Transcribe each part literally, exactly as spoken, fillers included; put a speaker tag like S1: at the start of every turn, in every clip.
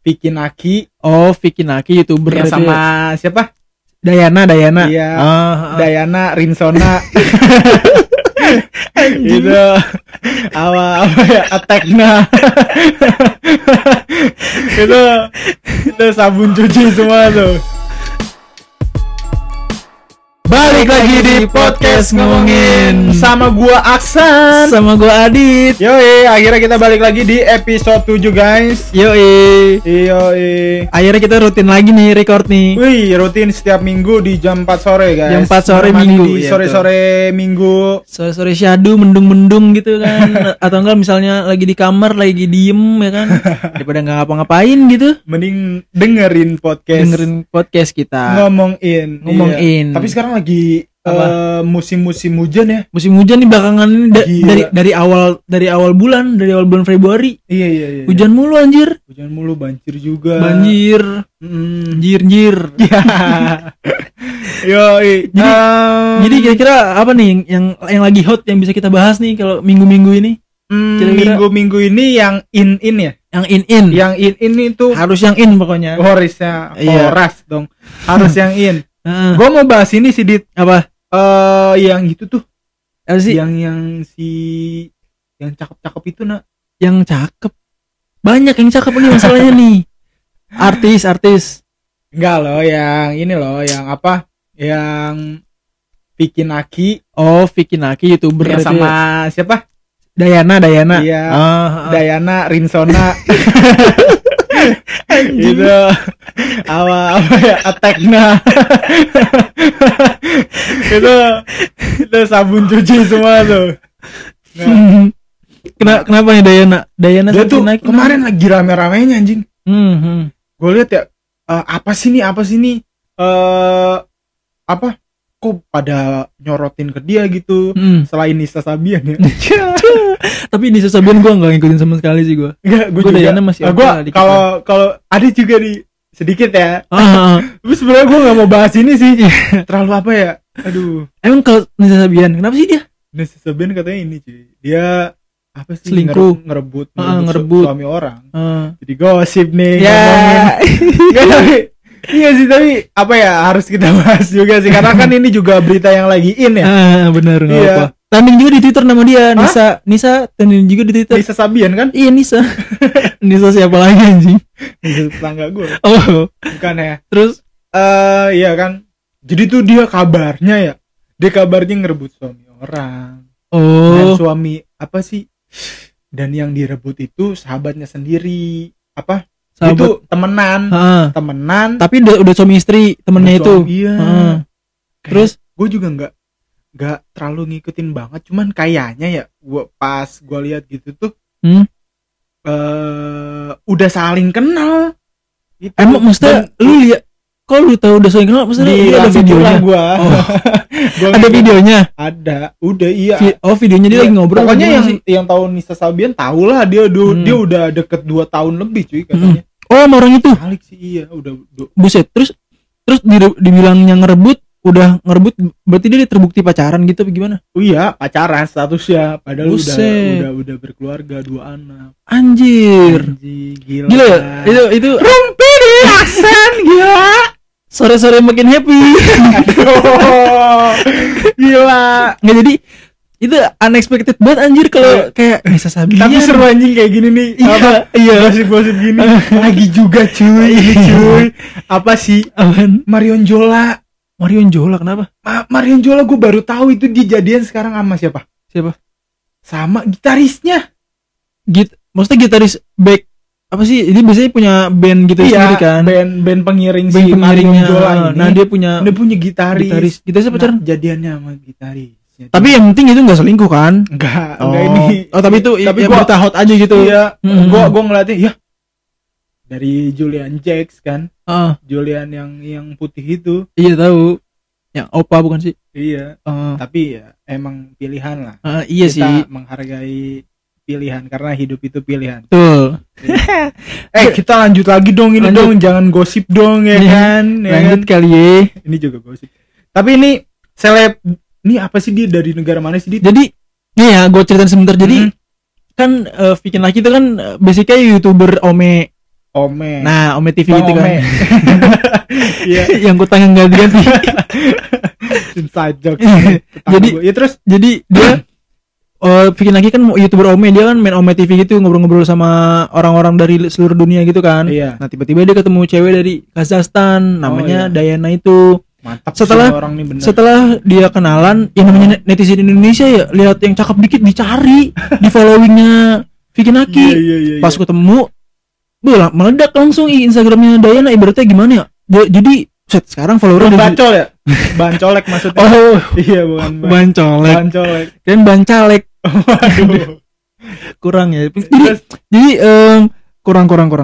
S1: Vicky Naki.
S2: Oh, Vicky Naki YouTuber
S1: Yang sama
S2: ya.
S1: Siapa?
S2: Dayana, Dayana.
S1: Iya.
S2: Oh,
S1: Dayana Rinsona. Itu apa apa ya Atekna. itu itu sabun cuci semua tuh.
S2: Balik lagi di podcast ngomongin
S1: sama gua Aksan,
S2: sama gua Adit.
S1: Yoi, akhirnya kita balik lagi di episode tujuh guys.
S2: Yoi.
S1: Yoi.
S2: Akhirnya kita rutin lagi nih record nih.
S1: Wih, rutin setiap minggu di jam empat sore guys.
S2: Jam empat sore
S1: Menemani
S2: minggu.
S1: Di
S2: Iya,
S1: sore-sore minggu.
S2: Sore-sore syahdu mendung-mendung gitu kan. Atau enggak misalnya lagi di kamar lagi diem ya kan. Daripada enggak ngapa-ngapain gitu.
S1: Mending dengerin podcast.
S2: Dengerin podcast kita.
S1: Ngomongin.
S2: Ngomongin.
S1: Iya. Tapi sekarang lagi uh, musim-musim hujan ya.
S2: Musim hujan nih belakangan ini da-
S1: Gila.
S2: dari dari awal dari awal bulan, dari awal bulan Februari.
S1: Iya iya iya.
S2: Hujan mulu anjir.
S1: Hujan mulu, banjir juga.
S2: Banjir.
S1: Mm.
S2: Anjir, anjir.
S1: Yo,
S2: Jadi,
S1: um,
S2: jadi kira-kira apa nih yang yang lagi hot yang bisa kita bahas nih kalau minggu-minggu ini?
S1: mm,
S2: kira-kira-
S1: minggu-minggu ini yang in-in ya.
S2: Yang in-in.
S1: Yang in-in itu
S2: Harus yang in pokoknya.
S1: Horisnya
S2: Iya.
S1: Horas dong. Harus yang in.
S2: Heeh.
S1: Gua mau bahas ini sih Dit.
S2: Apa?
S1: Eh yang itu tuh.
S2: Apa sih?
S1: Yang yang si yang cakep-cakep itu nak.
S2: Yang cakep. Banyak yang cakep nih masalahnya nih. Artis, artis.
S1: Enggak loh, yang ini loh, yang apa? Yang Vicky Naki.
S2: Oh, Vicky Naki YouTuber
S1: Yang
S2: itu
S1: sama
S2: ya.
S1: siapa?
S2: Dayana, Dayana.
S1: Iya.
S2: Oh, oh.
S1: Dayana Rinsona. Itu apa apa ya Atekna. itu itu sabun cuci semua tuh. Nah,
S2: Kena, kenapa nih Dayana? Dayana
S1: dia
S2: sama
S1: tuh
S2: Vicky Naki
S1: kemarin lagi rame-ramenya anjing.
S2: Hmm, hmm.
S1: Gue lihat ya, eh, apa sih nih apa sih nih eh apa kok pada nyorotin ke dia gitu.
S2: Hmm.
S1: Selain Nisa Sabian ya.
S2: Tapi di Sabian gue nggak ngikutin sama sekali sih gue.
S1: Enggak, gue
S2: Gua
S1: juga.
S2: Dayana masih
S1: Eh,
S2: oke
S1: gua
S2: lah dikit
S1: kalau kalau ada juga di sedikit ya.
S2: Ah,
S1: Tapi sebenarnya gue nggak mau bahas ini sih. Terlalu apa ya? Aduh.
S2: emang kalau Nisa Sabian, kenapa sih dia?
S1: Nisa Sabian katanya ini cuy. Dia apa sih?
S2: Selingkuh.
S1: Ngere- ngerebut,
S2: Ah,
S1: ngerebut,
S2: ngerebut.
S1: su- suami orang.
S2: Ah.
S1: Jadi gosip nih
S2: Ya.
S1: ngomongin. Nggak, tapi iya sih, tapi apa ya harus kita bahas juga sih karena kan ini juga berita yang lagi in ya.
S2: Ah, benar nggak
S1: Iya.
S2: apa. Trending juga di Twitter nama dia,
S1: Hah?
S2: Nisa. Nisa trending juga di Twitter.
S1: Nisa Sabian kan?
S2: Iya Nisa. Nisa siapa lagi anjing?
S1: Nisa tetangga gue.
S2: Oh,
S1: Bukan ya.
S2: terus
S1: Eh iya kan. Jadi tuh dia kabarnya ya. Dia kabarnya ngerebut suami orang. Dan
S2: oh,
S1: suami apa sih? Dan yang direbut itu sahabatnya sendiri. Apa?
S2: sahabat.
S1: Itu temenan,
S2: Ah,
S1: temenan.
S2: tapi udah, udah suami istri temennya itu.
S1: Suami, iya.
S2: Ah. Terus
S1: gue juga nggak nggak terlalu ngikutin banget. Cuman kayaknya ya, gua pas gue lihat gitu tuh,
S2: Hmm?
S1: eh udah saling kenal. Gitu.
S2: emang maksudnya
S1: Dan
S2: lu lihat kok lu tahu udah saling kenal maksudnya
S1: di
S2: lu ada videonya?
S1: gue.
S2: Oh. Ada videonya?
S1: Ada. Udah iya.
S2: Vi- oh, videonya dia
S1: Iya,
S2: lagi ngobrol.
S1: pokoknya
S2: apa
S1: yang
S2: gimana sih?
S1: yang tahu Nisa Sabian tahu lah dia du-
S2: Hmm.
S1: dia udah deket dua tahun lebih cuy katanya.
S2: Oh, sama orang itu.
S1: Alik sih iya udah, udah
S2: Buset, terus terus di- dibilang yang ngerebut, udah ngerebut berarti dia terbukti pacaran gitu apa gimana?
S1: oh iya pacaran statusnya padahal udah
S2: Buset.
S1: udah udah berkeluarga dua anak.
S2: Anjir.
S1: Anjing, gila.
S2: Gila ya? Itu itu
S1: Rumpi di Aksan gila.
S2: sore-sore makin happy.
S1: Aduh, gila.
S2: Nggak, jadi itu unexpected banget anjir kalau kayak Nisa Sabian.
S1: Tapi seru anjing kayak gini nih.
S2: Iya,
S1: Apa?
S2: iya.
S1: Gosip-gosip gini. Lagi juga cuy, ini cuy. Apa sih?
S2: Apaan?
S1: Marion Jola.
S2: Marion Jola kenapa?
S1: Ma- Marion Jola gue baru tahu itu dia jadian sekarang sama siapa?
S2: Siapa?
S1: Sama gitarisnya.
S2: Git, maksudnya gitaris back apa sih? Dia biasanya punya band gitu sendiri kan?
S1: band band pengiring
S2: Band
S1: si Marion
S2: pengiringnya.
S1: Jola ini.
S2: Nah, dia punya
S1: dia punya gitaris.
S2: gitaris. Gitaris apa pacaran?
S1: Nah, jadiannya sama gitaris.
S2: Tapi yang penting itu nggak selingkuh kan?
S1: enggak,
S2: Oh.
S1: enggak ini.
S2: Oh, tapi itu
S1: Tapi
S2: ya,
S1: gua-
S2: berita hot aja gitu.
S1: Iya,
S2: Hmm.
S1: gua gua ngeliatnya ya dari Julian Jacks kan.
S2: Ah,
S1: Julian yang yang putih itu.
S2: iya tahu. Yang opa bukan sih?
S1: Iya,
S2: Ah,
S1: tapi ya emang pilihan lah.
S2: ah, iya
S1: Kita
S2: sih.
S1: menghargai pilihan karena hidup itu pilihan.
S2: Betul.
S1: Eh, kita lanjut lagi dong ini
S2: Lanjut.
S1: dong, jangan gosip dong ya
S2: Iya.
S1: kan. Ya
S2: Lanjut
S1: kan?
S2: kali ya.
S1: Ini juga gosip. Tapi ini seleb ini apa sih dia dari negara mana sih dia?
S2: Jadi, nih ya, gue ceritain sebentar. Jadi,
S1: Mhm.
S2: kan uh, Vicky Naki itu kan uh, basicnya YouTuber Ome.
S1: Ome.
S2: Nah, Ome T V
S1: Bang
S2: itu kan.
S1: Ome. Iya.
S2: Yang kutang yang enggak diganti.
S1: Inside joke.
S2: Jadi
S1: ya terus
S2: jadi dia Oh, bikin lagi kan YouTuber Ome, dia kan main Ome T V gitu, ngobrol-ngobrol sama orang-orang dari seluruh dunia gitu kan.
S1: Iya.
S2: Nah, tiba-tiba dia ketemu cewek dari Kazakhstan, namanya
S1: Oh, iya.
S2: Diana itu.
S1: mantap
S2: Setelah
S1: sih orang nih bener.
S2: setelah dia kenalan, ya namanya netizen Indonesia ya, lihat yang cakep dikit dicari, di followingnya Vicky Naki.
S1: Iya, iya, iya,
S2: Pas
S1: iya.
S2: ketemu, bola meledak langsung Instagramnya Diana. Ibaratnya gimana ya? Dia- Jadi set sekarang followernya
S1: Bukan
S2: udah-
S1: bacol ya? Bancolek maksudnya.
S2: Oh,
S1: Iya bukan ban-
S2: bancolek.
S1: Bancolek.
S2: Kan bancalek.
S1: Waduh.
S2: Kurang ya. Jadi
S1: Terus
S2: jadi em, kurang kurang kurang.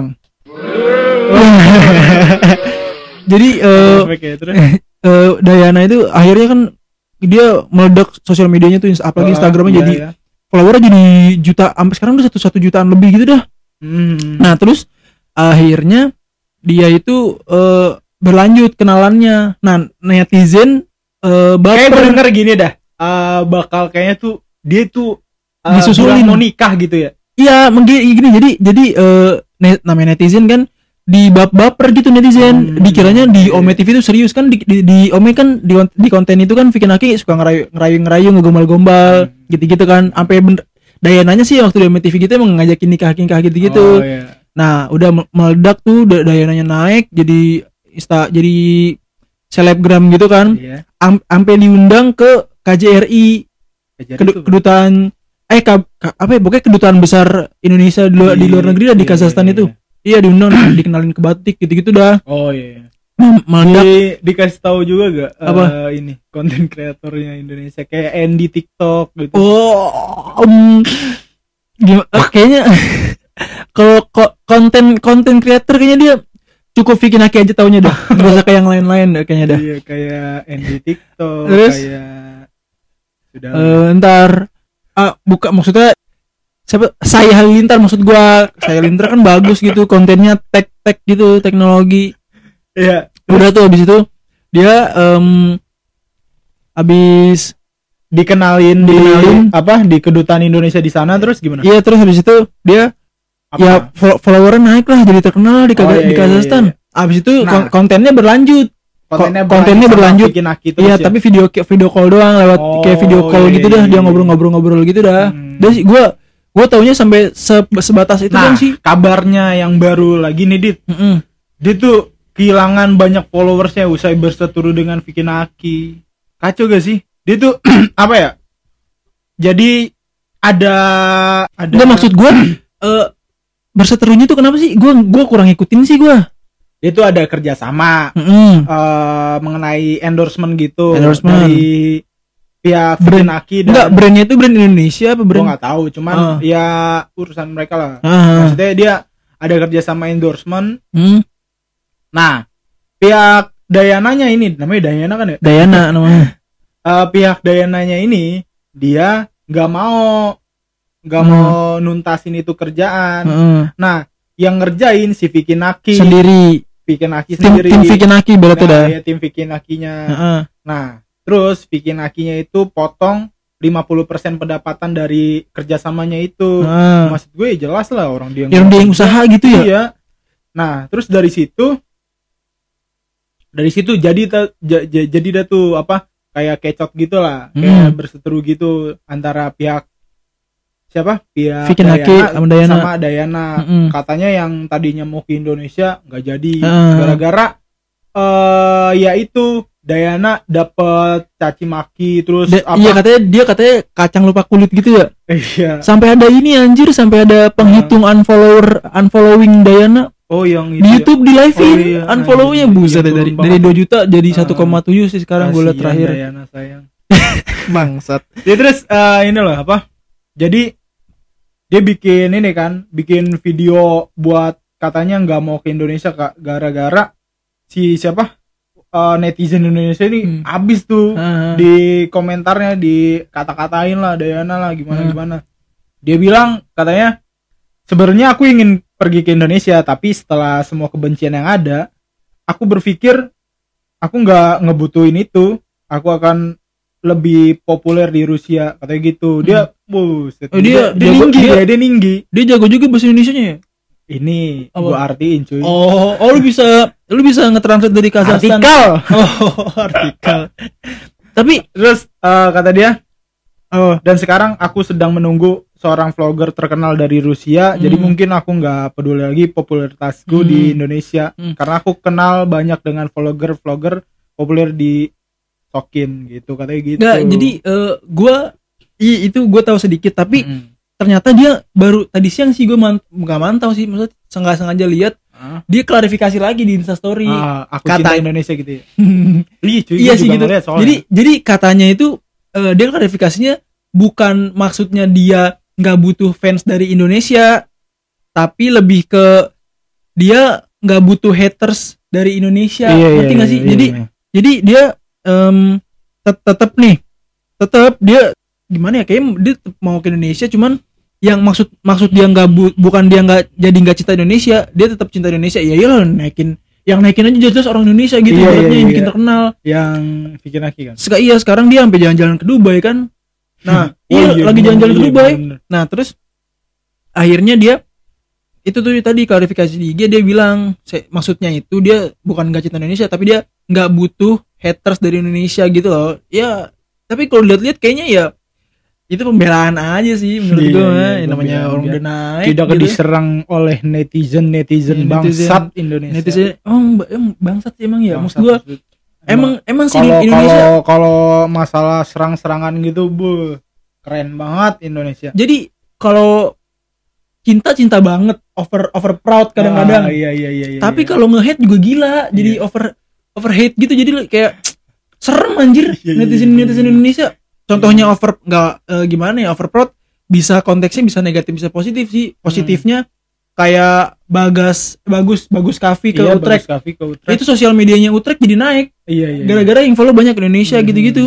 S2: Jadi eh
S1: Perfect ya, terus.
S2: eh, Diana itu akhirnya kan dia meledak sosial medianya tuh, apalagi
S1: Oh,
S2: Instagramnya
S1: iya,
S2: jadi
S1: iya.
S2: followernya jadi juta, sampai sekarang udah satu satu jutaan lebih gitu dah.
S1: Hmm.
S2: Nah terus akhirnya dia itu eh, berlanjut kenalannya. Nah netizen eh,
S1: Kayak gue
S2: baper.
S1: denger gini dah. Eh, bakal kayaknya tuh dia tuh eh,
S2: Disusulin.
S1: bilang mau nikah gitu ya.
S2: Iya, menggi- gini jadi jadi eh, ne- namanya netizen kan di bab baper gitu netizen.
S1: Hmm,
S2: Dikiranya di
S1: iya.
S2: Ome T V itu serius kan, di, di, di Ome kan di, kon- di konten itu kan Vicky Naki suka ngerayu ngerayu ngerayu ngegombal-gombal
S1: Hmm.
S2: gitu-gitu kan. Sampai bener Dayananya sih waktu di Ome T V gitu emang ngajakin nikah-nikah gitu-gitu.
S1: Oh, iya.
S2: Nah, udah me- meledak tuh Da- Dayananya naik jadi insta jadi selebgram gitu kan.
S1: Iya.
S2: Am- Sampai diundang ke K J R I,
S1: Jadi
S2: kedu-
S1: tuh,
S2: kedutaan eh ka- ka- apa ya pokoknya kedutaan besar Indonesia di luar, di luar negeri lah, di
S1: Iya,
S2: Kazakhstan
S1: iya,
S2: itu.
S1: iya.
S2: Iya, diundang dikenalin ke batik gitu-gitu dah.
S1: Oh iya.
S2: Nah, meledak.
S1: Di, dikasih tahu juga gak
S2: Apa?
S1: eh, ini konten kreatornya Indonesia kayak Andy TikTok gitu.
S2: Oh, um, gimana? Kayaknya kalau ko- konten konten creator kayaknya dia cukup Vicky Naki aja taunya dah. Gak usah kayak yang lain-lain dah kayaknya dah.
S1: Iya kayak Andy TikTok,
S2: Terus?
S1: kayak sudah
S2: Eh, ntar ah, buka maksudnya siapa saya Halilintar maksud gua. Saya Halilintar kan bagus gitu kontennya, tech-tech gitu, teknologi.
S1: iya.
S2: Udah tuh habis itu dia em habis
S1: Dikenalin,
S2: Dikenalin.
S1: di apa di kedutaan Indonesia di sana terus gimana?
S2: iya terus habis itu dia
S1: Apa?
S2: ya fol- followernya naik lah, jadi terkenal di, Kaza-
S1: Oh, iya,
S2: di
S1: iya,
S2: Kazakhstan.
S1: iya.
S2: Habis itu
S1: Nah.
S2: kon- kontennya berlanjut.
S1: kontennya,
S2: ko- kontennya
S1: sama
S2: berlanjut.
S1: Vicky Naki terus
S2: Iya,
S1: ya?
S2: tapi video video call doang, lewat
S1: Oh,
S2: kayak video call
S1: iya,
S2: gitu
S1: iya,
S2: dah,
S1: iya,
S2: dia
S1: iya.
S2: ngobrol-ngobrol-ngobrol gitu dah.
S1: Hmm.
S2: Dia sih gua gua taunya sampai se- sebatas itu
S1: Nah,
S2: kan sih.
S1: kabarnya yang baru lagi nih Dit,
S2: Mm-mm.
S1: dia tuh kehilangan banyak followersnya usai berseteru dengan Vicky Naki. Kacau gak sih? Dia tuh apa ya? Jadi ada ada
S2: Enggak, maksud gua eh berseterunya tuh kenapa sih? Gua gua kurang ngikutin sih gua.
S1: dia tuh ada kerjasama
S2: Mm-mm.
S1: eh, mengenai endorsement gitu
S2: Endorsement.
S1: dari pihak Vicky
S2: Brand-
S1: Naki dan
S2: Enggak, brandnya itu brand Indonesia apa
S1: gua
S2: brand?
S1: nggak tahu, cuman
S2: Ah.
S1: ya urusan mereka lah.
S2: Ah,
S1: Maksudnya dia ada kerjasama endorsement.
S2: hmm,
S1: Nah, pihak Dayananya ini namanya Dayana kan ya?
S2: Dayana namanya.
S1: Eh, pihak Dayananya ini dia nggak mau nggak
S2: Hmm.
S1: mau nuntasin itu kerjaan.
S2: Heeh.
S1: Nah, yang ngerjain si Vicky Naki,
S2: Sendiri.
S1: Vicky Naki
S2: Tim
S1: sendiri.
S2: tim Vicky Naki berarti
S1: Nah,
S2: dah.
S1: ya, tim Vicky Nakinya.
S2: Heeh.
S1: Nah, terus Vicky Nakinya itu potong lima puluh persen pendapatan dari kerjasamanya itu.
S2: Heeh.
S1: Maksud gue ya jelas lah orang dia
S2: Yang dia yang usaha gitu ya.
S1: Iya. Nah, terus dari situ dari situ jadi ta- ja- ja- jadi dah tuh apa kayak kecot gitu lah, kayak
S2: Hmm.
S1: berseteru gitu antara pihak siapa? Pihak
S2: Vicky Naki sama Dayana.
S1: sama Dayana.
S2: Mm-mm.
S1: Katanya yang tadinya mau ke Indonesia nggak jadi
S2: Heeh.
S1: gara-gara eh ya itu Dayana dapet caci maki terus
S2: Da-
S1: apa?
S2: iya katanya dia katanya kacang lupa kulit gitu ya.
S1: Iya.
S2: Sampai ada ini anjir, sampai ada penghitung unfollower unfollowing Dayana
S1: Oh yang
S2: di
S1: itu ya.
S2: YouTube di live-in.
S1: Oh, iya.
S2: Unfollow-nya
S1: Anjir,
S2: buset
S1: iya,
S2: dari
S1: turun
S2: dari
S1: banget.
S2: dua juta jadi
S1: Ah.
S2: satu koma tujuh sih sekarang gue lihat
S1: Kasian
S2: terakhir.
S1: Dayana sayang.
S2: Bangsat.
S1: Ya terus eh, ini loh apa? Jadi dia bikin ini kan, bikin video buat katanya nggak mau ke Indonesia Kak, gara-gara si siapa Eh, netizen Indonesia ini
S2: Hmm.
S1: habis tuh
S2: Heeh.
S1: di komentarnya di kata-katain lah Dayana lah gimana
S2: Hmm.
S1: gimana. Dia bilang katanya sebenarnya aku ingin pergi ke Indonesia tapi setelah semua kebencian yang ada, aku berpikir aku nggak ngebutuhin itu, aku akan lebih populer di Rusia katanya gitu. Dia, buset,
S2: Oh, dia-
S1: dia, dia
S2: jago-
S1: ninggi
S2: dia-
S1: ya, dia ninggi.
S2: Dia jago juga bahasa Indonesianya ya.
S1: Ini
S2: Apa?
S1: gua artiin cuy.
S2: Oh, oh lu bisa lu bisa nge-translate dari Kazakhstan.
S1: Artikel.
S2: Oh, artikel. Tapi
S1: Terus eh, kata dia, oh dan sekarang aku sedang menunggu seorang vlogger terkenal dari Rusia.
S2: Hmm.
S1: Jadi mungkin aku nggak peduli lagi popularitasku
S2: Hmm.
S1: di Indonesia,
S2: Hmm.
S1: karena aku kenal banyak dengan vlogger-vlogger populer di Sokin gitu, katanya gitu.
S2: enggak, jadi eh, gua i, itu gua tahu sedikit tapi
S1: Mm.
S2: ternyata dia baru tadi siang sih gua man, nggak mantau sih, maksudnya sengaja sengaja lihat
S1: Ah.
S2: dia klarifikasi lagi di Instastory.
S1: Ah, aku
S2: Kata-
S1: cinta Indonesia gitu ya. Iya cuy,
S2: Iya
S1: gua
S2: sih
S1: juga
S2: gitu.
S1: ngeliat soalnya.
S2: Jadi jadi katanya itu eh, dia klarifikasinya bukan maksudnya dia nggak butuh fans dari Indonesia, tapi lebih ke dia nggak butuh haters dari Indonesia.
S1: Iya,
S2: Ngerti
S1: iya,
S2: nggak sih?
S1: iya,
S2: Jadi
S1: iya.
S2: jadi dia em, tet- tetap nih, tetap dia gimana ya? Kayaknya dia tetap mau ke Indonesia, cuman yang maksud maksud dia nggak bu- bukan dia nggak jadi nggak cinta Indonesia, dia tetap cinta Indonesia. Ya iyalah naikin yang naikin aja jelas orang Indonesia gitu,
S1: Iya,
S2: ibaratnya
S1: iya,
S2: yang bikin
S1: iya.
S2: terkenal.
S1: yang bikin lagi kan.
S2: Seka, iya sekarang dia sampai jalan-jalan ke Dubai kan. Nah,
S1: Oh,
S2: iya,
S1: iya,
S2: lagi
S1: bener,
S2: jalan-jalan ke
S1: iya,
S2: Dubai.
S1: bener.
S2: Nah, terus akhirnya dia itu tuh tadi klarifikasi di I G dia bilang se- maksudnya itu dia bukan gak cinta Indonesia tapi dia nggak butuh haters dari Indonesia gitu loh. Ya, tapi kalau lihat-lihat kayaknya ya itu pembelaan aja sih menurut
S1: Iya,
S2: gue.
S1: iya,
S2: Ya, namanya
S1: pembelaan
S2: orang
S1: dia.
S2: udah naik
S1: Tidak
S2: gitu.
S1: diserang oleh netizen netizen
S2: Iya, netizen-
S1: bangsat Indonesia.
S2: Netizen oh mbak em, bangsat sih emang ya. Maksud
S1: Bangsat,
S2: gue
S1: maksud-
S2: emang emang sih di
S1: kalau
S2: Indonesia.
S1: kalau kalau masalah serang-serangan gitu, bu, keren banget Indonesia.
S2: Jadi kalau cinta cinta banget, over over proud kadang-kadang.
S1: Ah, iya, iya, iya, iya,
S2: Tapi
S1: iya.
S2: kalau nge-hate juga gila, jadi
S1: Iya.
S2: over over hate gitu, jadi lu kayak serem anjir
S1: Iya, iya,
S2: netizen
S1: iya,
S2: netizen
S1: iya.
S2: Indonesia. Contohnya over nggak eh, gimana ya, over proud bisa konteksnya bisa negatif bisa positif sih. Positifnya kayak Bagas bagus bagus Kavi ke
S1: Iya,
S2: Utrecht.
S1: Bagus Kavi ke Utrecht.
S2: Itu sosial medianya Utrecht jadi naik
S1: Iya, iya.
S2: gara-gara yang follow banyak Indonesia
S1: Hmm.
S2: gitu-gitu.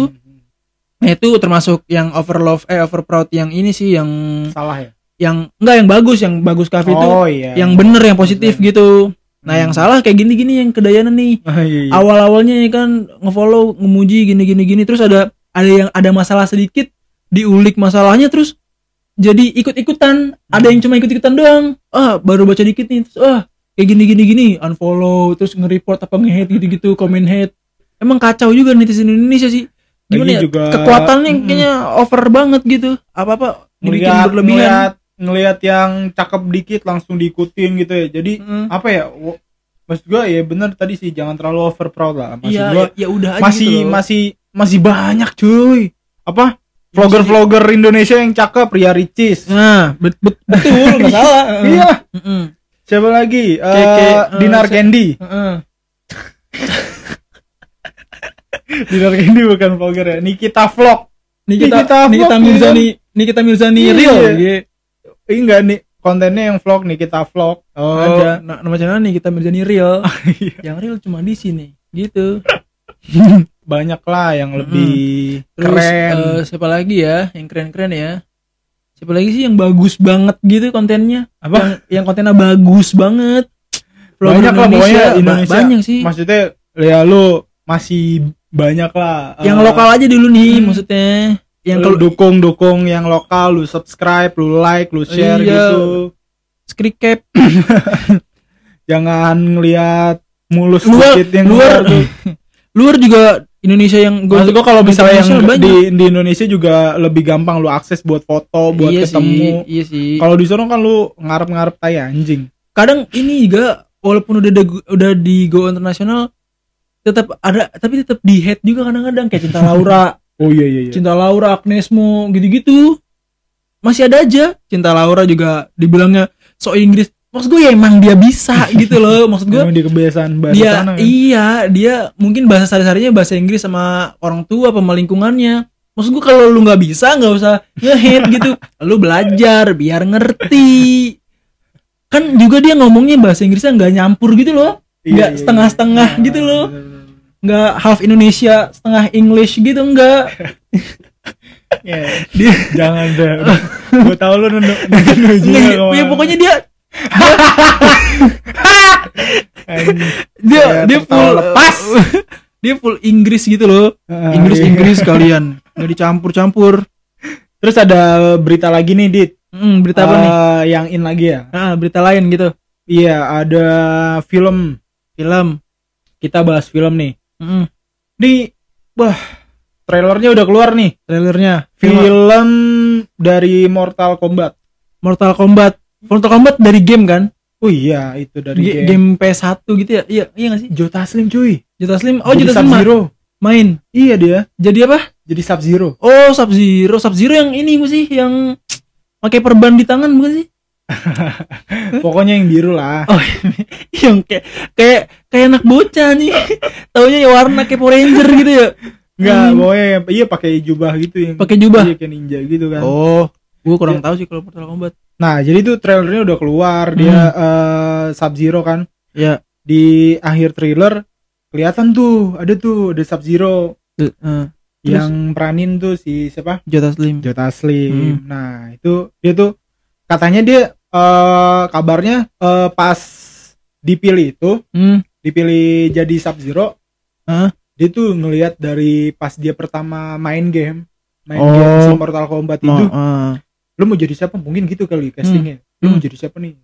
S2: Nah itu termasuk yang over love eh over proud yang ini sih yang
S1: Salah ya.
S2: yang enggak yang bagus yang bagus Kavi itu
S1: Oh iya.
S2: yang bener yang positif
S1: Bener.
S2: gitu. Nah
S1: Hmm.
S2: yang salah kayak gini-gini yang kedayanan nih.
S1: Ah, iya, iya.
S2: Awal-awalnya ya kan ngefollow, ngemuji gini-gini gini terus ada ada yang ada masalah sedikit diulik masalahnya terus jadi ikut-ikutan. Ada yang cuma ikut-ikutan doang. Ah, baru baca dikit nih terus ah kayak gini-gini gini unfollow terus nge-report apa nge-hate gitu-gitu, komen hate. Emang kacau juga netizen Indonesia sih. Gimana
S1: Lagi
S2: ya?
S1: juga-
S2: Kekuatannya
S1: Mm-mm.
S2: kayaknya over banget gitu. Apa-apa dibikin
S1: ngeliat,
S2: berlebihan.
S1: ngeliat, ngeliat yang cakep dikit langsung diikutin gitu ya. Jadi
S2: Mm.
S1: apa ya? wo- Maksud gua ya bener tadi sih, jangan terlalu over proud lah. Maksud
S2: Iya,
S1: gua
S2: ya, ya udah aja
S1: masih
S2: gitu loh.
S1: masih masih banyak cuy. Apa? Vlogger-vlogger Indonesia yang cakep, Ria Ricis.
S2: Nah, bet, bet, betul, nggak salah.
S1: Iya.
S2: Mm-mm.
S1: Siapa lagi? Eh,
S2: Keke, eh,
S1: Dinar
S2: si-
S1: Candy.
S2: Heeh.
S1: Dinar Candy bukan vlogger ya. Nikita Vlog.
S2: Nikita
S1: Nikita
S2: Nikita
S1: Vlog,
S2: Mirzani, Nikita Mirzani
S1: Iya.
S2: real. Iya.
S1: Ini enggak nih kontennya yang vlog Nikita Vlog.
S2: Oh,
S1: Ada.
S2: na- nama channel Nikita Mirzani real.
S1: Iya.
S2: Yang real cuma di sini. Gitu.
S1: Banyak lah yang lebih
S2: Terus
S1: keren.
S2: eh, siapa lagi ya yang keren-keren ya? Siapa lagi sih yang bagus banget gitu kontennya?
S1: Apa?
S2: Yang, yang kontennya bagus banget. Vlogger
S1: Banyak lah pokoknya
S2: ba-
S1: Indonesia.
S2: Banyak sih.
S1: Maksudnya ya lu masih banyak lah.
S2: Yang
S1: eh,
S2: lokal aja dulu nih
S1: hmm.
S2: maksudnya. Yang
S1: lu
S2: kalau
S1: dukung-dukung yang lokal, lu subscribe, lu like, lu share
S2: Iya.
S1: gitu.
S2: script cap
S1: Jangan ngelihat mulus
S2: luar
S1: sedikit yang
S2: luar
S1: luar tuh.
S2: luar juga Indonesia yang gua-
S1: Maksud gua kalau misalnya yang
S2: internasional banyak.
S1: di, di Indonesia juga lebih gampang lu akses buat foto, buat
S2: iya
S1: ketemu.
S2: sih, iya sih.
S1: Kalau di sana kan lu ngarep-ngarep tai anjing.
S2: Kadang ini juga walaupun udah di- udah di go internasional tetap ada tapi tetap di hate juga kadang-kadang kayak Cinta Laura,
S1: Oh iya iya iya.
S2: Cinta Laura, Agnesmo gitu-gitu. Masih ada aja. Cinta Laura juga dibilangnya so Inggris. Maksud gue ya emang dia bisa gitu loh. Maksud gue
S1: Emang di kebiasaan bahasa
S2: dia
S1: sana kan.
S2: iya dia mungkin bahasa sehari-harinya bahasa Inggris sama orang tua apa sama lingkungannya. Maksud gue kalau lu nggak bisa nggak usah nge-hate gitu, lu belajar biar ngerti. Kan juga dia ngomongnya bahasa Inggrisnya nggak nyampur gitu loh,
S1: Iya,
S2: nggak
S1: iya, iya.
S2: setengah-setengah
S1: Nah,
S2: gitu loh,
S1: bener-bener.
S2: nggak half Indonesia setengah English gitu enggak.
S1: Ya,
S2: Dia
S1: jangan deh. Gue tau lu nunduk nunduk juga
S2: nge-
S1: kemana.
S2: ya pokoknya dia
S1: Anjing.
S2: dia
S1: Kayak
S2: dia
S1: tertawa
S2: full
S1: lepas.
S2: dia full Inggris gitu loh.
S1: Ah,
S2: Inggris
S1: iya.
S2: Inggris kalian nggak dicampur-campur.
S1: Terus ada berita lagi nih, Dit.
S2: Hmm, berita apa nih?
S1: Eh, yang in lagi ya.
S2: Ah, berita lain gitu.
S1: Iya, ada film.
S2: Film.
S1: Kita bahas film nih.
S2: Mm.
S1: Nih, wah, trailernya udah keluar nih.
S2: Trailernya.
S1: Film dari Mortal Kombat.
S2: Mortal Kombat. Mortal Kombat dari game kan?
S1: Oh iya, itu dari
S2: G-
S1: game.
S2: game P S satu gitu ya? Iya, iya gak sih?
S1: Joe Taslim cuy.
S2: Jota Slim. Oh,
S1: Jadi
S2: Jota Slim ma-
S1: Sub-Zero.
S2: main.
S1: Iya dia.
S2: Jadi apa?
S1: Jadi Sub-Zero.
S2: Oh, Sub-Zero. Sub-Zero yang ini gue sih, yang pakai perban di tangan bukan sih?
S1: Pokoknya yang biru lah.
S2: Oh, yang kayak kayak kayak anak bocah nih. Taunya ya warna kayak Power Ranger gitu ya.
S1: Enggak,
S2: Hmm.
S1: pokoknya iya pakai jubah gitu yang.
S2: Pakai jubah?
S1: Iya, kayak ninja gitu kan.
S2: Oh, gue kurang
S1: Ya.
S2: tahu sih kalau Mortal Kombat.
S1: Nah, jadi tuh trailernya udah keluar, dia eh, Sub-Zero kan.
S2: Ya.
S1: Di akhir trailer kelihatan tuh, ada tuh ada Sub-Zero
S2: Uh, terus?
S1: yang peranin tuh si siapa?
S2: Jota Slim.
S1: Joe Taslim.
S2: Hmm.
S1: Nah, itu dia tuh katanya dia eh, kabarnya eh, pas dipilih itu,
S2: Hmm.
S1: dipilih jadi Sub-Zero,
S2: Hah?
S1: dia tuh ngelihat dari pas dia pertama main game, main
S2: Oh.
S1: game si Mortal Kombat
S2: Mau,
S1: itu,
S2: uh,
S1: lu mau jadi siapa? Mungkin gitu kali castingnya. Lu mau
S2: Hmm.
S1: jadi siapa nih?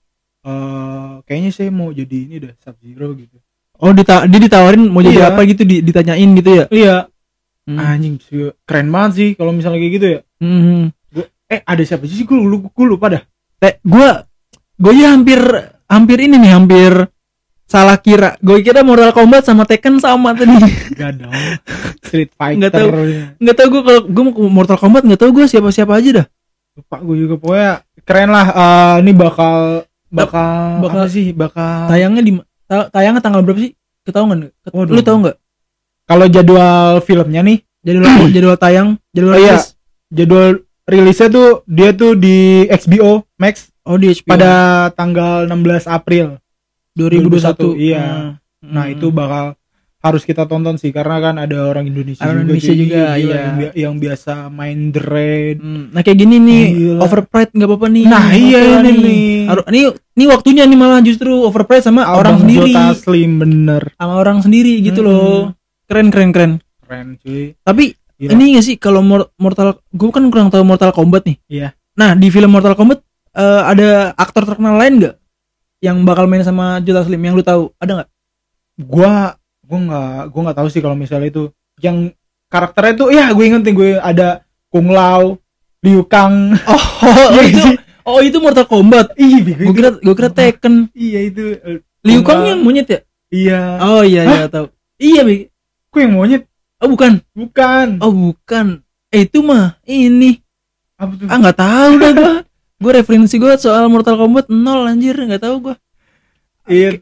S1: Eh, kayaknya saya mau jadi ini dah Sub-Zero gitu.
S2: oh, dita- dia ditawarin mau jadi
S1: Iya.
S2: apa gitu, di- ditanyain gitu ya.
S1: Iya,
S2: Hmm.
S1: anjing sih, keren banget sih kalau misalnya kayak gitu ya.
S2: Hmm.
S1: Eh, ada siapa sih? Gue lupa, gue lupa dah.
S2: Teh, gue gue ya hampir hampir ini nih, hampir salah kira. Gue kira Mortal Kombat sama Tekken sama tadi.
S1: Gak dong. Street Fighter.
S2: Nggak tahu. Nggak tahu gue kalau gue mau ke Mortal Kombat, nggak tahu gue siapa-siapa aja dah.
S1: Lupa gue juga, pokoknya keren lah. Eh, ini bakal bakal
S2: Bakal-
S1: apa sih? Bakal
S2: Tayangnya di ta- tayangnya tanggal berapa sih? Ketahuan nggak?
S1: Waduh.
S2: Lu tahu nggak?
S1: kalau jadwal filmnya nih,
S2: Jadwal jadwal tayang, jadwal
S1: Oh, iya.
S2: rilis.
S1: jadwal rilisnya tuh dia tuh di H B O Max
S2: Oh, di H B O.
S1: pada tanggal enam belas April.
S2: dua ribu dua puluh satu.
S1: Iya.
S2: Hmm.
S1: Nah, itu bakal harus kita tonton sih, karena kan ada orang Indonesia
S2: Orang
S1: juga,
S2: Indonesia
S1: cuy.
S2: juga,
S1: Gila,
S2: iya.
S1: yang, bi- yang biasa main The Raid.
S2: Hmm, Nah kayak gini nih,
S1: Gila.
S2: Overpride nggak apa-apa nih.
S1: Nah, iya
S2: Oke lah
S1: ini nih.
S2: Haru- ini ini waktunya nih malah justru Overpride sama orang
S1: Abang
S2: sendiri,
S1: Joe Taslim, bener.
S2: sama orang sendiri gitu
S1: Hmm.
S2: loh. Keren keren keren.
S1: Keren cuy.
S2: Tapi
S1: Gila.
S2: ini nggak sih kalau Mor- Mortal, gue kan kurang tahu Mortal Kombat nih.
S1: Iya.
S2: Nah di film Mortal Kombat eh, ada aktor terkenal lain nggak yang bakal main sama Joe Taslim yang lu tahu? Ada nggak?
S1: Gua gua nggak gua nggak tahu sih kalau misalnya itu yang karakternya tuh, ya gue inget nih, gue ada Kung Lao, Liu Kang.
S2: Oh, oh
S1: Iya
S2: itu
S1: sih.
S2: oh itu Mortal Kombat.
S1: Ih,
S2: Gue kira gue kira Tekken.
S1: iya itu. eh,
S2: Liu
S1: Kung
S2: Kang
S1: Lao.
S2: yang monyet ya?
S1: Iya.
S2: Oh iya iya tahu. Iya Bi.
S1: Kok yang monyet?
S2: Oh bukan.
S1: Bukan.
S2: Oh bukan. Eh itu mah ini.
S1: Apa tuh?
S2: Ah nggak tahu dah gua. Gue referensi gue soal Mortal Kombat nol anjir, nggak tahu gua.
S1: Iya.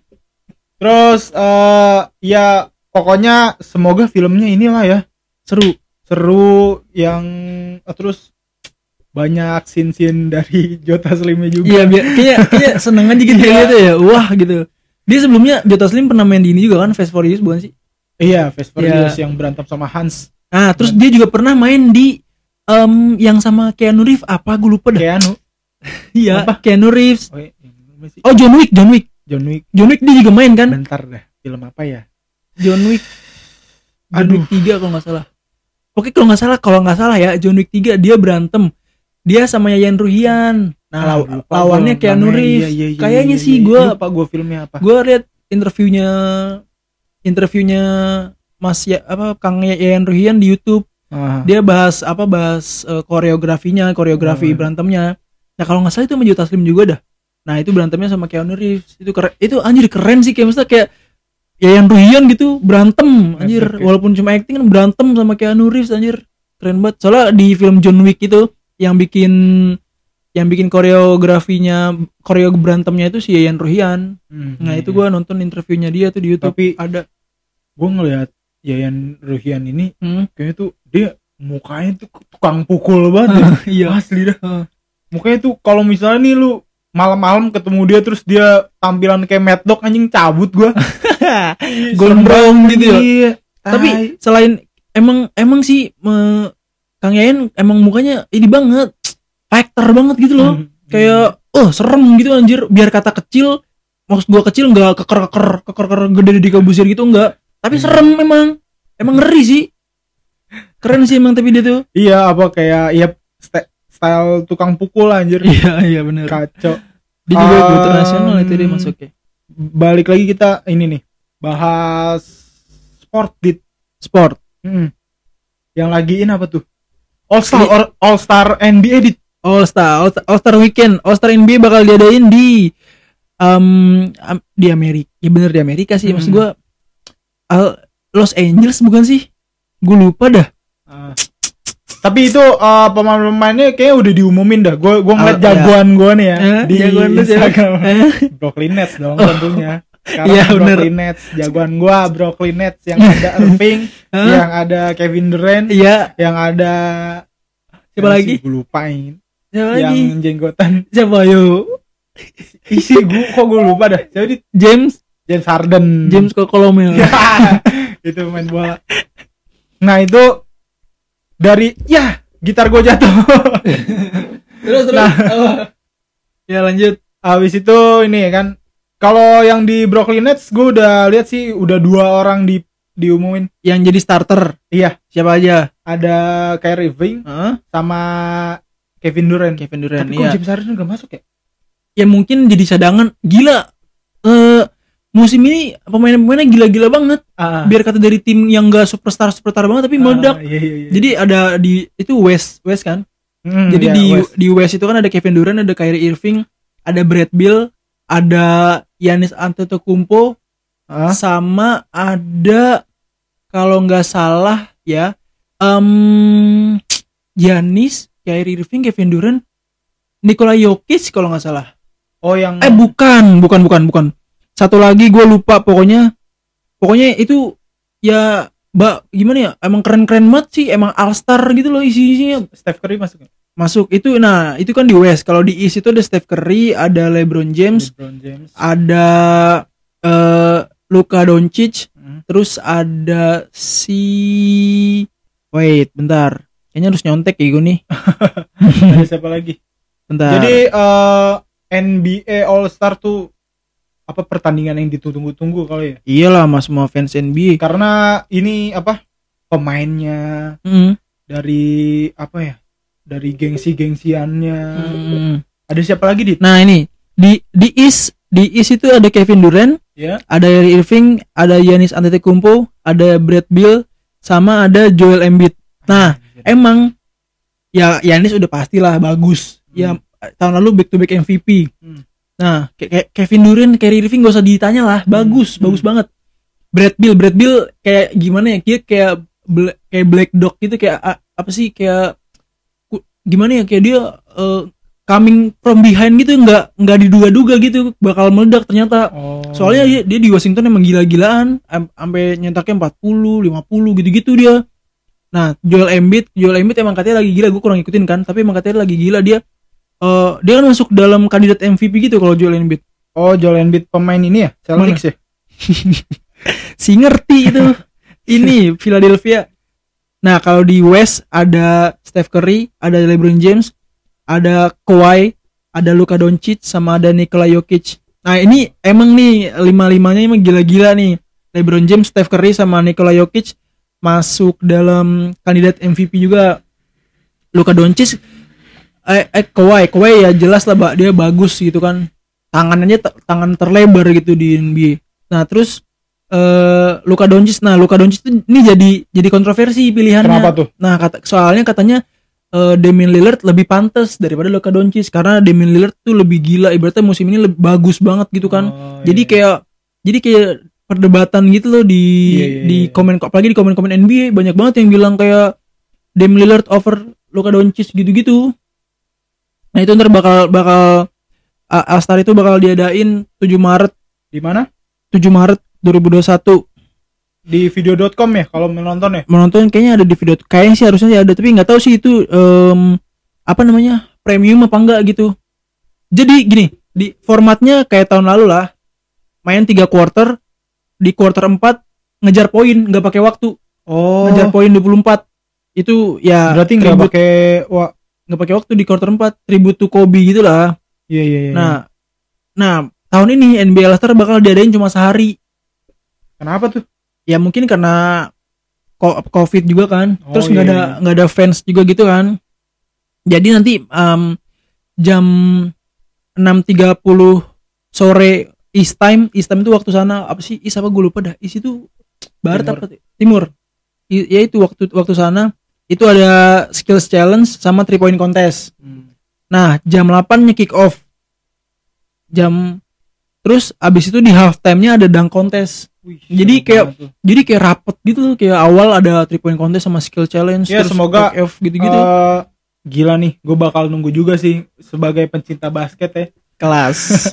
S1: Terus eh ya pokoknya semoga filmnya inilah ya
S2: Seru.
S1: seru, yang eh, terus banyak scene-scene dari Joe Taslimnya juga.
S2: Iya biar kayak kayak seneng aja gitu
S1: Iya.
S2: gitu ya. Wah gitu. Dia sebelumnya Joe Taslim pernah main di ini juga kan, Fast Furious bukan sih?
S1: Iya, Fast Furious
S2: Iya.
S1: yang berantem sama Hans.
S2: Nah, terus dia juga pernah main di em, yang sama Keanu Reeves, apa gue lupa dah.
S1: Keanu.
S2: Iya,
S1: apa?
S2: Keanu Reeves.
S1: Oh, iya, apa sih?
S2: Oh, John Wick, John Wick.
S1: John Wick.
S2: John Wick dia juga main kan?
S1: Bentar dah, film apa ya?
S2: John Wick. John
S1: Aduh.
S2: Wick tiga kalau nggak salah. Oke, kalau nggak salah, kalau nggak salah ya, John Wick tiga dia berantem. Dia sama Yayan Ruhian. Nah,
S1: Ah,
S2: law-
S1: lupa
S2: lawannya
S1: gua
S2: Keanu
S1: namanya.
S2: Reeves.
S1: Iya, iya, iya,
S2: Kayaknya
S1: iya,
S2: sih
S1: iya.
S2: gua
S1: lupa gua filmnya apa.
S2: gue lihat interviewnya interviewnya Mas ya apa Kang Yayan Ruhian di YouTube.
S1: Ah.
S2: Dia bahas apa bahas eh, koreografinya, koreografi
S1: Oh.
S2: berantemnya. Nah, kalau nggak salah itu sama Joe Taslim juga dah. Nah, itu berantemnya sama Keanu Reeves. Itu keren. Itu anjir keren sih, kayak maksudnya kayak Yayan Ruhian gitu berantem anjir,
S1: Oke, oke.
S2: walaupun cuma acting kan berantem sama Keanu Reeves anjir. Keren banget. Soalnya di film John Wick itu yang bikin yang bikin koreografinya, koreo berantemnya itu si Yayan Ruhian.
S1: Hmm,
S2: Nah,
S1: iya,
S2: itu
S1: iya.
S2: gua nonton interviewnya dia tuh di YouTube.
S1: Tapi
S2: Ada.
S1: gua ngelihat Yayan Ruhian ini
S2: Hmm.
S1: kayaknya tuh dia mukanya tuh tukang pukul banget. ya.
S2: Iya.
S1: Asli dah.
S2: Heeh.
S1: Mukanya tuh kalau misalnya nih lu malam-malam ketemu dia terus dia tampilan kayak Mad Dog, anjing cabut gua.
S2: Gondrong gitu ya.
S1: Iya.
S2: Tapi
S1: Tai.
S2: selain emang emang sih me- Kang Yayan emang mukanya ini banget, fighter banget gitu loh.
S1: Hmm.
S2: Kayak oh serem gitu anjir, biar kata kecil, maksud gua kecil nggak keker-keker keker-keker gede di kabusir gitu enggak. Tapi
S1: Hmm.
S2: serem memang. Emang ngeri sih. Keren sih emang tapi dia tuh.
S1: Iya, apa kayak ya st- style tukang pukul anjir.
S2: Iya iya benar.
S1: Kacau.
S2: Dia juga
S1: Um,
S2: go internasional itu dia masuknya.
S1: Balik lagi kita ini nih, bahas sport dit.
S2: Sport.
S1: Hmm. Yang lagi in apa tuh? All Star
S2: Ini-
S1: or All Star N B A dit.
S2: All Star, All Star, All Star Weekend, All Star N B A bakal diadain di um, am- di Amerika. Ya bener di Amerika sih. Maksud
S1: Hmm.
S2: gua Al- Los Angeles bukan sih? Gue lupa dah.
S1: Ah. Tapi itu uh, pemain-pemainnya kayaknya udah diumumin dah. Gue gue ngeliat
S2: Oh, iya.
S1: jagoan gue nih ya
S2: Eh,
S1: di
S2: jagoan lu siapa?
S1: Instagram.
S2: Eh,
S1: Brooklyn Nets dong tentunya. Sekarang
S2: Iya, bener.
S1: Brooklyn Nets, jagoan gue Brooklyn Nets yang ada Irving,
S2: Hah?
S1: yang ada Kevin Durant,
S2: Iya,
S1: yang ada
S2: siapa lagi?
S1: Gue lupain.
S2: Siapa
S1: Yang
S2: lagi?
S1: jenggotan.
S2: Siapa yo?
S1: Isi gue kok gue lupa dah. Siapa di
S2: James,
S1: James Harden.
S2: James Colomel.
S1: Ya, itu main bola. Nah itu dari ya gitar gue jatuh.
S2: Terus terus.
S1: Nah.
S2: Oh. Ya lanjut.
S1: Habis itu ini ya kan, kalau yang di Brooklyn Nets gue udah lihat sih udah dua orang di diumumin.
S2: Yang jadi starter
S1: Iya,
S2: siapa aja?
S1: ada Kyrie Irving
S2: Heeh.
S1: sama Kevin Durant.
S2: Kevin Durant.
S1: Tapi kok
S2: Iya.
S1: James Harden gak masuk ya?
S2: Ya mungkin jadi cadangan. Gila. Eh musim ini pemain-pemainnya gila-gila banget.
S1: Ah,
S2: Biar kata dari tim yang gak superstar superstar banget tapi meledak.
S1: ah, iya, iya, iya.
S2: Jadi ada di itu West West kan.
S1: Hmm,
S2: Jadi
S1: iya,
S2: di
S1: West.
S2: di West itu kan ada Kevin Durant, ada Kyrie Irving, ada Brad Beal, ada Giannis Antetokounmpo,
S1: Ah,
S2: sama ada kalau nggak salah ya, um, Giannis, Kyrie Irving, Kevin Durant, Nikola Jokic kalau nggak salah.
S1: oh yang
S2: Eh bukan, bukan, bukan, bukan. Satu lagi gue lupa pokoknya. Pokoknya itu ya, mbak gimana ya? Emang keren-keren banget sih, emang All Star gitu loh isi-isinya.
S1: Steph Curry masuk ya?
S2: Masuk itu, nah itu kan di West. Kalau di East itu ada Steph Curry, ada LeBron James,
S1: LeBron James.
S2: ada eh Luka Doncic,
S1: Hmm.
S2: terus ada si wait bentar, kayaknya harus nyontek ya gue nih.
S1: Ada siapa lagi?
S2: Bentar.
S1: Jadi eh, N B A All Star tuh apa pertandingan yang ditunggu-tunggu kali ya?
S2: iyalah mas, semua fans N B A.
S1: Karena ini apa pemainnya
S2: Mm,
S1: dari apa ya? Dari gengsi-gengsiannya.
S2: mm.
S1: Ada siapa lagi dit?
S2: Nah ini di di East di East itu ada Kevin Durant,
S1: Ya.
S2: ada Kyrie Irving, ada Giannis Antetokounmpo, ada Brad Beal, sama ada Joel Embiid. Nah emang ya Giannis udah pastilah bagus. Ya tahun lalu back to back M V P.
S1: Hmm.
S2: Nah kayak kayak Kevin Durant, Kyrie Irving gak usah ditanya lah, bagus,
S1: Hmm.
S2: bagus banget. Brad Beal, Brad Beal kayak gimana ya? Dia kayak bla- kayak Black Dog gitu, kayak a- apa sih kayak ku- gimana ya? Kayak dia eh, coming from behind gitu, nggak nggak diduga-duga gitu bakal meledak ternyata.
S1: Oh.
S2: Soalnya dia, dia di Washington emang gila-gilaan, am- sampai nyetaknya empat puluh, lima puluh gitu-gitu dia. Nah, Joel Embiid, Joel Embiid emang katanya lagi gila, gue kurang ikutin kan, tapi emang katanya lagi gila dia. eh dia kan masuk dalam kandidat M V P gitu kalau Joel Embiid.
S1: Oh, Joel Embiid pemain ini ya? Celtics ya?
S2: Si ngerti itu. Ini Philadelphia. Nah, kalau di West ada Steph Curry, ada LeBron James, ada Kawhi, ada Luka Doncic, sama ada Nikola Jokic. Nah, ini emang nih lima-limanya emang gila-gila nih. LeBron James, Steph Curry, sama Nikola Jokic masuk dalam kandidat M V P juga. Luka Doncic, eh, eh Kawhi, Kawhi ya jelas lah, Mbak, dia bagus gitu kan. Tangannya t- tangan terlebar gitu di N B A. Nah, terus eh Luka Doncic, nah Luka Doncic itu ini jadi jadi kontroversi pilihannya.
S1: Kenapa tuh?
S2: Nah, kata, soalnya katanya eh, Damian Lillard lebih pantas daripada Luka Doncic karena Damian Lillard tuh lebih gila, ibaratnya musim ini lebih bagus banget gitu kan.
S1: Oh,
S2: Jadi
S1: iya.
S2: kayak jadi kayak perdebatan gitu loh di
S1: Iya, iya,
S2: di
S1: iya.
S2: komen, apalagi di komen-komen N B A banyak banget yang bilang kayak Damian Lillard over Luka Doncic gitu-gitu. Nah, itu ntar bakal bakal uh, All-Star itu bakal diadain tujuh Maret
S1: Di mana?
S2: tujuh Maret dua ribu dua puluh satu.
S1: Di video dot com ya kalau menonton ya?
S2: Menonton kayaknya ada di video, kayaknya sih harusnya sih ada, tapi nggak tahu sih itu em, apa namanya, premium apa enggak gitu. Jadi gini, di formatnya kayak tahun lalu lah, main tiga quarter, di quarter empat ngejar poin nggak pakai waktu,
S1: Oh.
S2: ngejar poin dua puluh empat itu ya.
S1: Berarti nggak
S2: tribute-
S1: pakai wah.
S2: nggak pakai waktu di quarter empat, tribute to Kobe gitu lah.
S1: Iya iya iya.
S2: Nah, nah tahun ini N B A All-Star bakal diadain cuma sehari.
S1: kenapa tuh?
S2: Ya mungkin karena ko- COVID juga kan,
S1: Oh,
S2: terus nggak
S1: iya,
S2: ada
S1: iya.
S2: nggak ada fans juga gitu kan. Jadi nanti em, jam enam tiga puluh sore East time. East time itu waktu sana apa sih? East apa gue lupa dah. East itu barat
S1: Timur.
S2: apa timur? I- ya itu waktu waktu sana itu ada skills challenge sama three point contest.
S1: Hmm.
S2: Nah, jam delapan-nya kick off. Jam terus abis itu di half time-nya ada dunk contest.
S1: Wih,
S2: Jadi
S1: seru
S2: kayak-
S1: banget tuh.
S2: Jadi kayak rapet gitu loh, kayak awal ada three point contest sama skill challenge
S1: Ya,
S2: terus
S1: semoga,
S2: kick off gitu-gitu.
S1: Eh, gila nih, gue bakal nunggu juga sih sebagai pencinta basket ya.
S2: Kelas.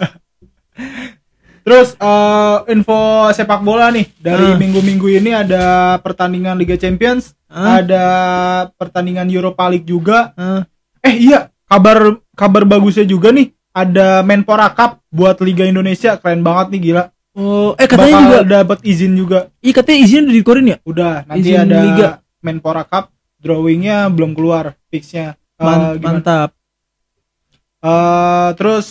S1: Terus eh, info sepak bola nih dari
S2: Ah.
S1: minggu-minggu ini ada pertandingan Liga Champions,
S2: Ah.
S1: ada pertandingan Europa League juga.
S2: Ah.
S1: Eh iya, kabar kabar bagusnya juga nih, ada Menpora Cup buat Liga Indonesia, keren banget nih gila.
S2: Oh, eh katanya
S1: Bakal
S2: juga
S1: dapat izin juga.
S2: iya katanya izin udah dikeluarin ya?
S1: Udah, nanti
S2: Izin
S1: ada
S2: Liga.
S1: Menpora Cup, drawingnya belum keluar, fixnya. Eh,
S2: Man-
S1: gimana?
S2: mantap.
S1: Eh, terus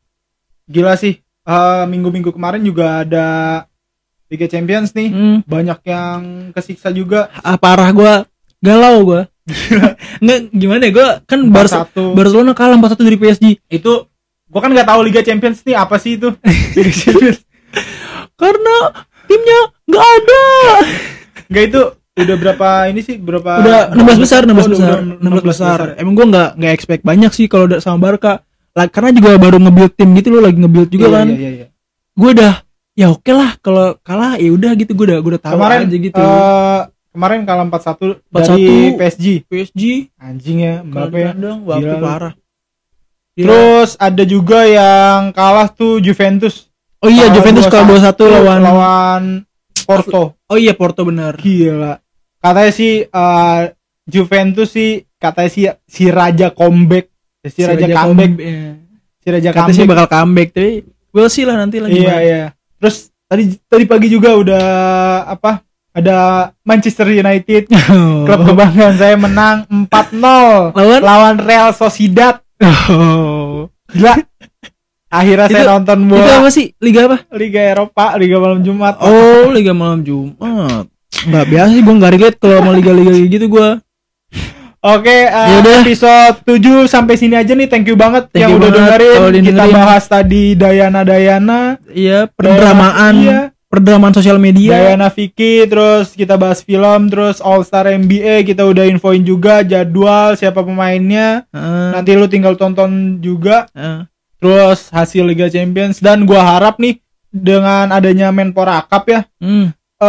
S1: gila sih, eh, minggu-minggu kemarin juga ada Liga Champions nih,
S2: Hmm.
S1: banyak yang kesiksa juga.
S2: Ah, parah gua galau gua. Nggak gimana ya, gua kan
S1: empat
S2: Barca-
S1: satu
S2: Barcelona kalah empat satu dari P S G
S1: itu gua kan nggak tahu Liga Champions nih apa sih itu. Liga Champions
S2: karena timnya nggak ada.
S1: nggak, itu udah berapa ini sih, berapa
S2: Udah enam belas besar, enam belas
S1: Oh, udah-
S2: besar,
S1: udah
S2: enam belas besar.
S1: ya?
S2: Emang gua nggak nggak expect banyak sih kalau udah sama Barca. Lah, karena juga baru nge-build tim gitu loh, lagi nge-build juga
S1: Iya,
S2: kan.
S1: iya, iya, iya.
S2: Gue udah ya oke lah kalau kalah ya udah gitu, gue udah gue udah tahu
S1: Kemarin
S2: aja gitu.
S1: eh, kemarin kalah empat satu
S2: empat satu
S1: dari P S G.
S2: P S G
S1: Anjing ya,
S2: kalau
S1: Mbappe ya.
S2: dong waktu
S1: Gila lu.
S2: parah. Gila.
S1: Terus ada juga yang kalah tuh Juventus.
S2: Oh iya,
S1: Kalah
S2: Juventus kalah dua satu lawan
S1: lawan Porto.
S2: Oh iya, Porto benar.
S1: Gila. Katanya sih eh, Juventus sih katanya sih si Raja comeback. Si, Raja, comeback.
S2: come- iya.
S1: Si Raja
S2: Katanya sih
S1: comeback.
S2: bakal comeback tapi we'll see lah nanti lah
S1: Iya,
S2: gimana.
S1: iya. Terus tadi tadi pagi juga udah apa? Ada Manchester United, klub kebanggaan saya, menang empat nol
S2: Lawan?
S1: lawan Real Sociedad.
S2: Oh.
S1: Gila. Akhirnya saya
S2: Itu-
S1: nonton
S2: Itu
S1: bola
S2: apa sih? Liga apa?
S1: Liga Eropa, Liga malam Jumat.
S2: Oh, Liga malam Jumat. Nggak biasa sih, gue nggak relate kalau sama liga-liga kayak gitu gue.
S1: Oke, eh,
S2: Yaudah.
S1: episode tujuh sampai sini aja nih. Thank you banget
S2: Thank
S1: yang
S2: you
S1: udah
S2: banget
S1: dengerin.
S2: kalau
S1: Kita
S2: didengerin.
S1: bahas tadi Dayana-Dayana,
S2: Iya, perdramaan,
S1: Iya.
S2: perdramaan sosial media.
S1: Dayana Vicky, terus kita bahas film, terus All Star N B A kita udah infoin juga jadwal, siapa pemainnya.
S2: Heeh,
S1: Nanti lu tinggal tonton juga.
S2: heeh.
S1: Terus hasil Liga Champions, dan gua harap nih dengan adanya Menpora Cup ya,
S2: Hmm.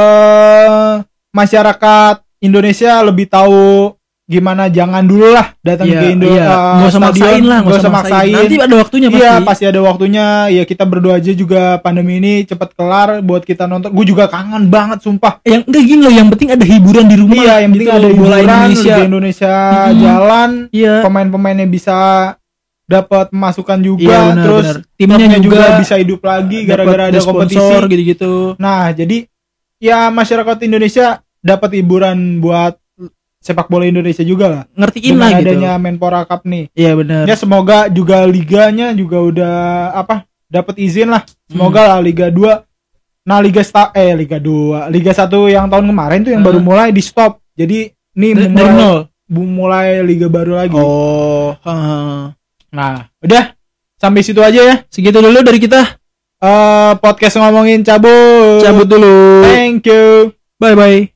S1: eh masyarakat Indonesia lebih tahu gimana, jangan dulu lah datang
S2: Iya,
S1: ke Indo,
S2: iya.
S1: eh,
S2: Nggak usah
S1: stadion,
S2: maksain lah,
S1: nggak usah maksain.
S2: Nanti ada waktunya pasti.
S1: Iya, pasti ada waktunya. Ya kita berdoa aja juga pandemi ini cepat kelar buat kita nonton. Gue juga kangen banget sumpah.
S2: Yang enggak gini loh, yang penting ada hiburan di rumah.
S1: Iya, yang penting
S2: gitu,
S1: ada
S2: bola
S1: hiburan,
S2: Indonesia.
S1: Liga Indonesia
S2: Mm-mm.
S1: jalan,
S2: Iya.
S1: pemain-pemainnya bisa dapat masukan juga,
S2: Iya, benar,
S1: terus
S2: benar. Timnya
S1: klubnya
S2: juga
S1: bisa hidup lagi
S2: dapat
S1: gara-gara ada kompetisi.
S2: sponsor gitu-gitu.
S1: Nah, jadi ya masyarakat Indonesia dapat hiburan buat sepak bola Indonesia juga lah.
S2: Ngertiin
S1: Dengan
S2: lah gitu.
S1: adanya Menpora Cup nih.
S2: Iya benar.
S1: Ya semoga juga liganya juga udah apa? Dapat izin lah. Semoga
S2: Hmm.
S1: lah Liga dua. Nah, Liga sta eh Liga dua, Liga satu yang tahun kemarin tuh yang
S2: Hmm.
S1: baru mulai di stop. Jadi ini
S2: Dari- dari
S1: mulai
S2: nol.
S1: bu- mulai liga baru lagi.
S2: Oh, heeh.
S1: Nah, udah sampai situ aja ya.
S2: Segitu dulu dari kita.
S1: Eh podcast ngomongin cabut.
S2: Cabut dulu.
S1: Thank you.
S2: Bye bye.